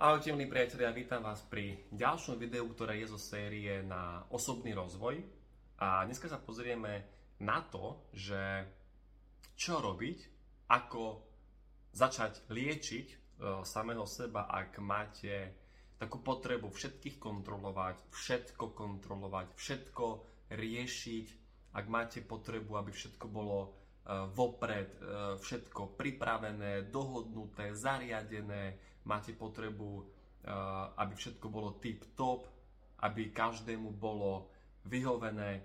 Ahojte milí priatelia, vítam vás pri ďalšom videu, ktoré je zo série na osobný rozvoj. A dneska sa pozrieme na to, že čo robiť, ako začať liečiť samého seba, ak máte takú potrebu všetkých kontrolovať, všetko riešiť, ak máte potrebu, aby všetko bolo vopred, všetko pripravené, dohodnuté, zariadené, máte potrebu, aby všetko bolo tip-top, aby každému bolo vyhovené.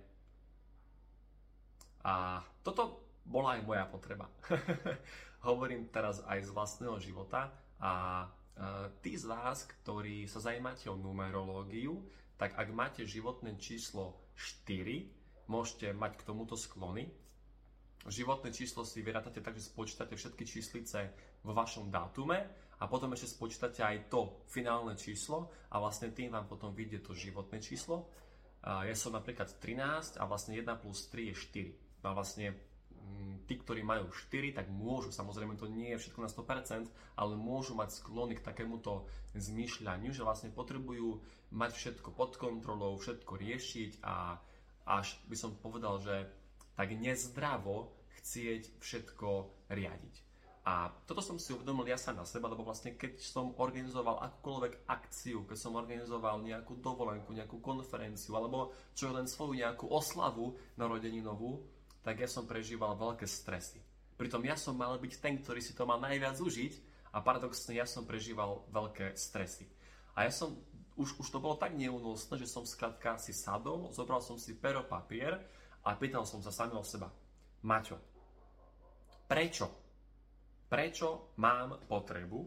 A toto bola aj moja potreba. Hovorím teraz aj z vlastného života a tí z vás, ktorí sa zajímate o numerológiu, tak ak máte životné číslo 4, môžete mať k tomuto sklony. Životné číslo si vyrátate tak, že spočítate všetky číslice vo vašom dátume a potom ešte spočítate aj to finálne číslo a vlastne tým vám potom vyjde to životné číslo. Ja som napríklad 13 a vlastne 1 plus 3 je 4. A vlastne tí, ktorí majú 4, tak môžu, samozrejme to nie je všetko na 100%, ale môžu mať sklony k takémuto zmýšľaniu, že vlastne potrebujú mať všetko pod kontrolou, všetko riešiť a až by som povedal, že tak nezdravo chcieť všetko riadiť. A toto som si uvedomil ja sám na seba, lebo vlastne keď som organizoval akúkoľvek akciu, keď som organizoval nejakú dovolenku, nejakú konferenciu, alebo čo len svoju nejakú oslavu narodeninovú, tak ja som prežíval veľké stresy. Pritom ja som mal byť ten, ktorý si to mal najviac užiť a paradoxne ja som prežíval veľké stresy. A ja som, už to bolo tak neúnosné, že som skrátka si sadol, zobral som si pero, papier a pýtal som sa samého seba, Maťo, prečo mám potrebu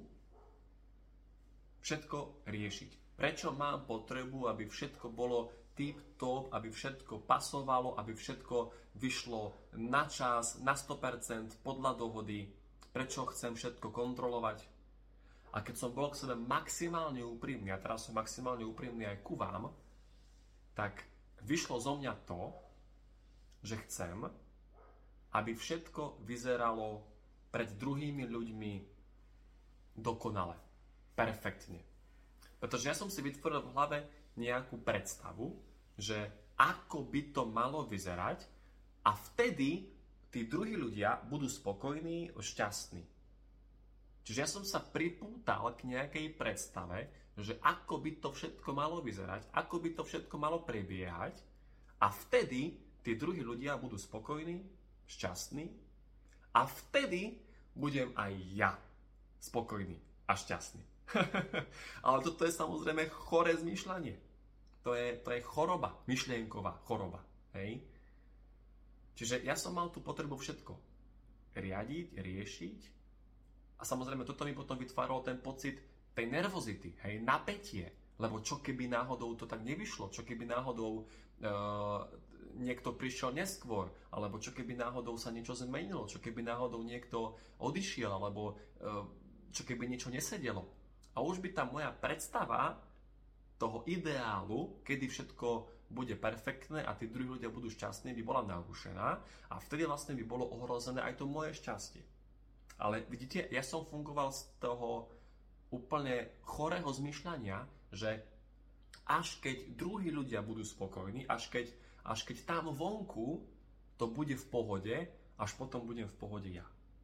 všetko riešiť? Prečo mám potrebu, aby všetko bolo tip-top, aby všetko pasovalo, aby všetko vyšlo na čas, na 100%, podľa dohody? Prečo chcem všetko kontrolovať? A keď som bol k sebe maximálne úprimný, a teraz som maximálne úprimný aj ku vám, tak vyšlo zo mňa to, že chcem, aby všetko vyzeralo pred druhými ľuďmi dokonale, perfektne. Pretože ja som si vytvoril v hlave nejakú predstavu, že ako by to malo vyzerať a vtedy tí druhí ľudia budú spokojní, šťastní. Čiže ja som sa pripútal k nejakej predstave, že ako by to všetko malo vyzerať, ako by to všetko malo prebiehať a vtedy tí druhí ľudia budú spokojní, šťastní a vtedy budem aj ja spokojný a šťastný. Ale toto je samozrejme choré zmýšľanie. To je choroba, myšlienková choroba. Hej? Čiže ja som mal tú potrebu všetko riadiť, riešiť a samozrejme toto mi potom vytváralo ten pocit tej nervozity, hej, napätie. Lebo čo keby náhodou to tak nevyšlo, čo keby náhodou niekto prišiel neskôr, alebo čo keby náhodou sa niečo zmenilo, čo keby náhodou niekto odišiel, alebo čo keby niečo nesedelo. A už by tá moja predstava toho ideálu, kedy všetko bude perfektné a tí druhí ľudia budú šťastní, by bola narušená a vtedy vlastne by bolo ohrozené aj to moje šťastie. Ale vidíte, ja som fungoval z toho úplne chorého zmýšľania, že až keď druhí ľudia budú spokojní, až keď tam vonku to bude v pohode, až potom budem v pohode ja.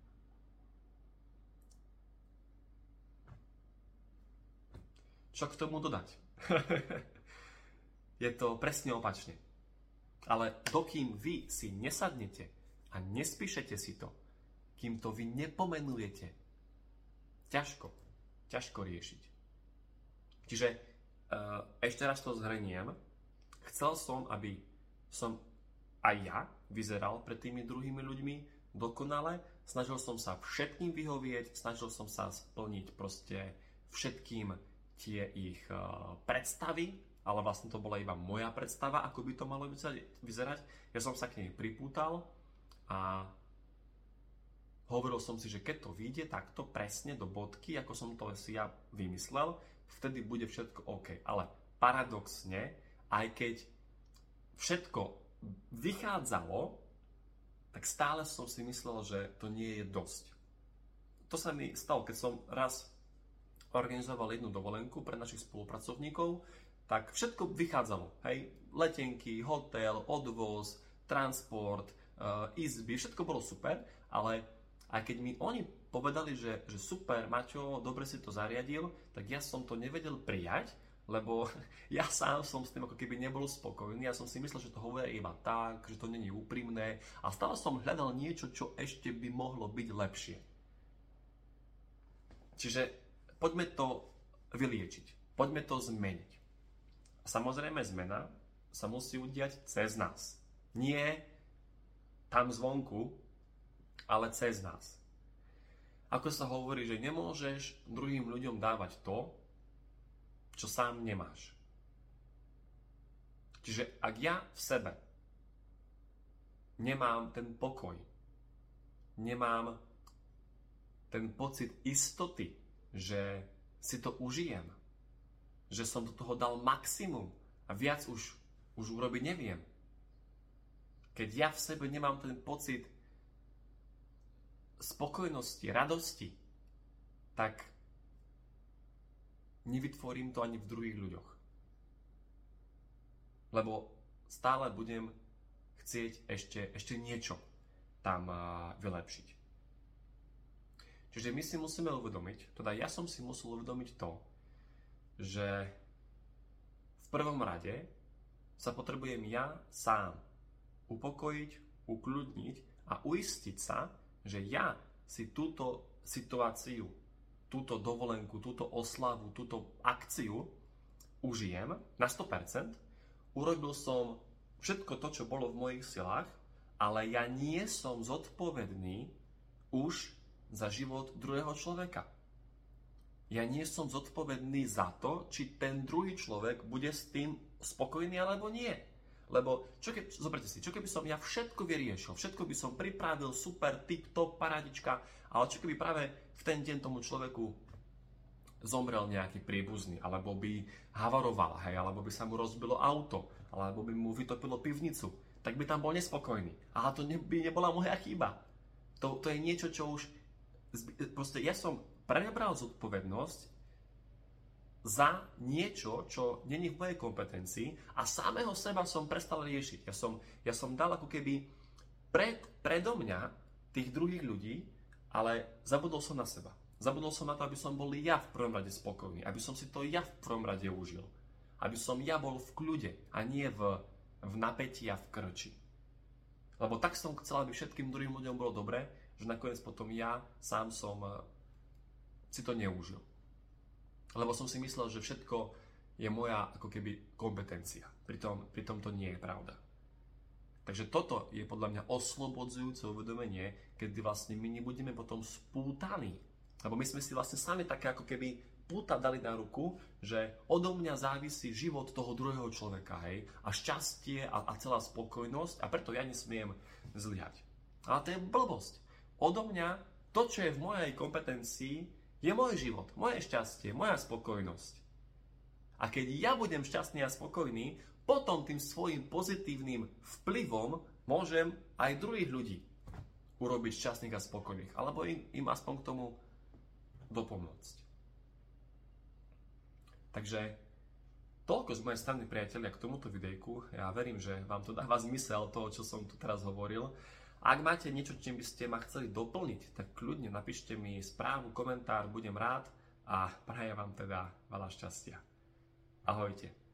Čo k tomu dodať? Je to presne opačne. Ale dokým vy si nesadnete a nespíšete si to, kým to vy nepomenujete, ťažko riešiť. Čiže ešte raz to zhrniem. Chcel som, aby som aj ja vyzeral pred tými druhými ľuďmi dokonale. Snažil som sa všetkým vyhovieť, snažil som sa splniť proste všetkým tie ich predstavy, ale vlastne to bola iba moja predstava, ako by to malo vyzerať. Ja som sa k nej pripútal a hovoril som si, že keď to vyjde takto presne do bodky, ako som to si ja vymyslel, vtedy bude všetko OK. Ale paradoxne, aj keď všetko vychádzalo, tak stále som si myslel, že to nie je dosť. To sa mi stalo, keď som raz organizoval jednu dovolenku pre našich spolupracovníkov, tak všetko vychádzalo. Hej? Letenky, hotel, odvoz, transport, izby, všetko bolo super, ale aj keď mi oni povedali, že super, Maťo, dobre si to zariadil, tak ja som to nevedel prijať, lebo ja sám som s tým ako keby nebol spokojný. Ja som si myslel, že to hovorí iba tak, že to není úprimné a stále som hľadal niečo, čo ešte by mohlo byť lepšie. Čiže poďme to vyliečiť, poďme to zmeniť. Samozrejme zmena sa musí udiať cez nás. Nie tam zvonku, ale cez nás. Ako sa hovorí, že nemôžeš druhým ľuďom dávať to, čo sám nemáš. Čiže ak ja v sebe nemám ten pokoj, nemám ten pocit istoty, že si to užijem, že som do toho dal maximum a viac už urobiť neviem. Keď ja v sebe nemám ten pocit spokojnosti, radosti, tak nevytvorím to ani v druhých ľuďoch. Lebo stále budem chcieť ešte niečo tam vylepšiť. Čiže my si musíme uvedomiť, teda ja som si musel uvedomiť to, že v prvom rade sa potrebujem ja sám upokojiť, ukľudniť a uistiť sa, že ja si túto situáciu, túto dovolenku, túto oslavu, túto akciu užijem na 100%. Urobil som všetko to, čo bolo v mojich silách, ale ja nie som zodpovedný už za život druhého človeka. Ja nie som zodpovedný za to, či ten druhý človek bude s tým spokojný alebo nie. Lebo, zoberte si, čo keby som ja všetko vyriešil, všetko by som pripravil, super, tip, top, paradička, ale čo keby práve v ten deň tomu človeku zomrel nejaký príbuzný, alebo by havaroval, hej, alebo by sa mu rozbilo auto, alebo by mu vytopilo pivnicu, tak by tam bol nespokojný. Ale to by nebola moja chyba. To je niečo, čo už... Proste ja som prebral zodpovednosť za niečo, čo není v mojej kompetencii a samého seba som prestal riešiť. Ja som dal ako keby predo mňa tých druhých ľudí, ale zabudol som na seba. Zabudol som na to, aby som bol ja v prvom rade spokojný, aby som si to ja v prvom rade užil. Aby som ja bol v kľude a nie v napätí a v krči. Lebo tak som chcel, aby všetkým druhým ľuďom bolo dobre, že nakoniec potom ja sám som si to neužil. Lebo som si myslel, že všetko je moja ako keby kompetencia. Pritom to nie je pravda. Takže toto je podľa mňa oslobodzujúce uvedomenie, kedy vlastne my nebudeme potom spútaní. Lebo my sme si vlastne sami také ako keby púta dali na ruku, že odo mňa závisí život toho druhého človeka, hej, a šťastie a celá spokojnosť a preto ja nesmiem zlyhať. Ale to je blbosť. Odo mňa to, čo je v mojej kompetencii, je môj život, moje šťastie, moja spokojnosť. A keď ja budem šťastný a spokojný, potom tým svojim pozitívnym vplyvom môžem aj druhých ľudí urobiť šťastných a spokojných. Alebo im aspoň k tomu dopomôcť. Takže toľko z mojej strany, priatelia, k tomuto videjku. Ja verím, že vám to dáva zmysel toho, čo som tu teraz hovoril. Ak máte niečo, čím by ste ma chceli doplniť, tak kľudne napíšte mi správu, komentár, budem rád a prajem vám teda veľa šťastia. Ahojte.